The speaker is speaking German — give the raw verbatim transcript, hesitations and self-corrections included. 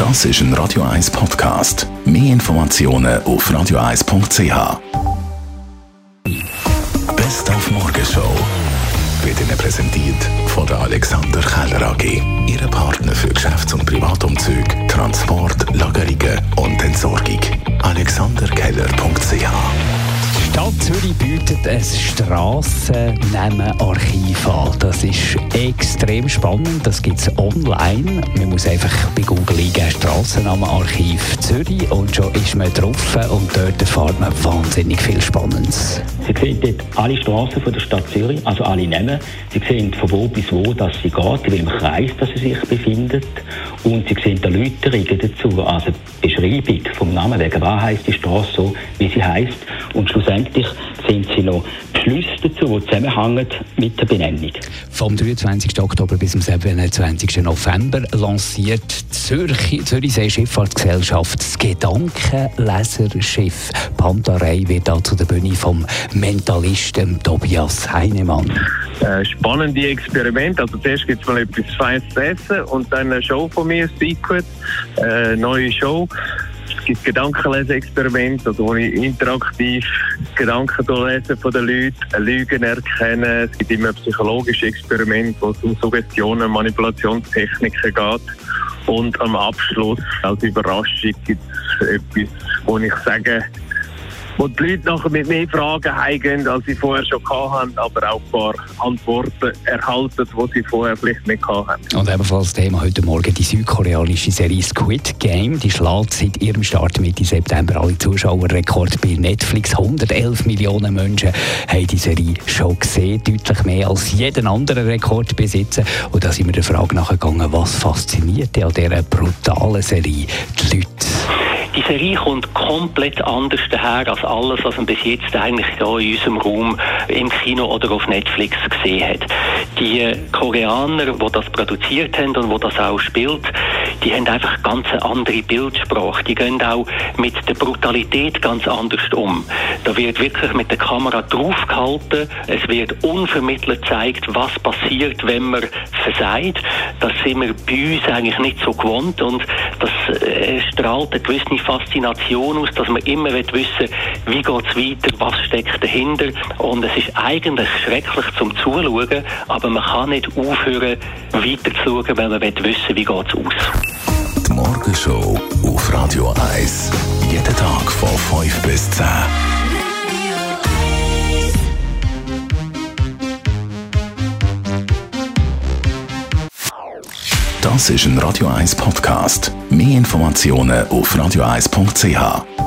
Das ist ein Radio eins Podcast. Mehr Informationen auf radio eins punkt c h. Best auf Morgenshow wird Ihnen präsentiert von der Alexander Keller A G. Ihre Partner für Geschäfts- und Privatumzüge, Transport, Lagerungen und Entsorgung. alexander keller punkt c h. Die Stadt Zürich bietet ein Strassennamenarchiv an. Das ist extrem spannend. Das gibt es online. Man muss einfach bei Google eingeben, Strassennamenarchiv Zürich, und schon ist man drauf. Und dort erfahrt man wahnsinnig viel Spannendes. Sie sehen dort alle Strassen von der Stadt Zürich, also alle Namen. Sie sehen von wo bis wo dass sie geht, in welchem Kreis dass sie sich befindet. Und Sie sehen die Erläuterungen dazu, also die Beschreibung vom Namen, wegen was heisst die Strasse so, wie sie heisst. Und schlussendlich sehen Sie noch Beschlüsse dazu, die zusammenhängen mit der Benennung. Vom dreiundzwanzigsten Oktober bis zum siebenundzwanzigsten November lanciert die Zürich, Zürichsee Schifffahrtsgesellschaft das Gedankenleserschiff. Pantarei wird da zu der Bühne vom Mentalisten Tobias Heinemann. Äh, spannende Experiment. Also zuerst gibt es mal etwas Feines zu essen und dann eine Show von mir, Secret, eine neue Show. Es gibt Gedankenlese-Experimente, also wo ich interaktiv Gedanken durchlese von den Leuten, Lügen erkennen. Es gibt immer psychologische Experimente, wo es um Suggestionen, Manipulationstechniken geht. Und am Abschluss, als Überraschung, gibt es etwas, wo ich sage, wo die Leute nachher mit mehr Fragen heimgehen, als sie vorher schon hatten, aber auch ein paar Antworten erhalten, die sie vorher vielleicht nicht hatten. Und ebenfalls Thema heute Morgen die südkoreanische Serie Squid Game. Die schlägt seit ihrem Start Mitte September alle Zuschauerrekorde bei Netflix. hundertelf Millionen Menschen haben die Serie schon gesehen, deutlich mehr als jeden anderen Rekord besitzen. Und da sind wir der Frage nachgegangen, was fasziniert an dieser brutalen Serie die Leute? Die Serie kommt komplett anders daher als alles, was man bis jetzt eigentlich hier in unserem Raum im Kino oder auf Netflix gesehen hat. Die Koreaner, die das produziert haben und die das auch spielt, die haben einfach ganz eine andere Bildsprache. Die gehen auch mit der Brutalität ganz anders um. Da wird wirklich mit der Kamera draufgehalten. Es wird unvermittelt gezeigt, was passiert, wenn man versagt. Das sind wir bei uns eigentlich nicht so gewohnt, und das äh, strahlt eine gewisse Faszination aus, dass man immer wissen will, wie geht es weiter, was steckt dahinter. Und es ist eigentlich schrecklich zum Zuschauen, aber man kann nicht aufhören, weiter zu schauen, weil man wissen will, wie geht es aus. Die Morgenshow auf Radio eins. Jeden Tag von fünf bis zehn. Das ist ein Radio eins Podcast. Mehr Informationen auf radio eins punkt c h.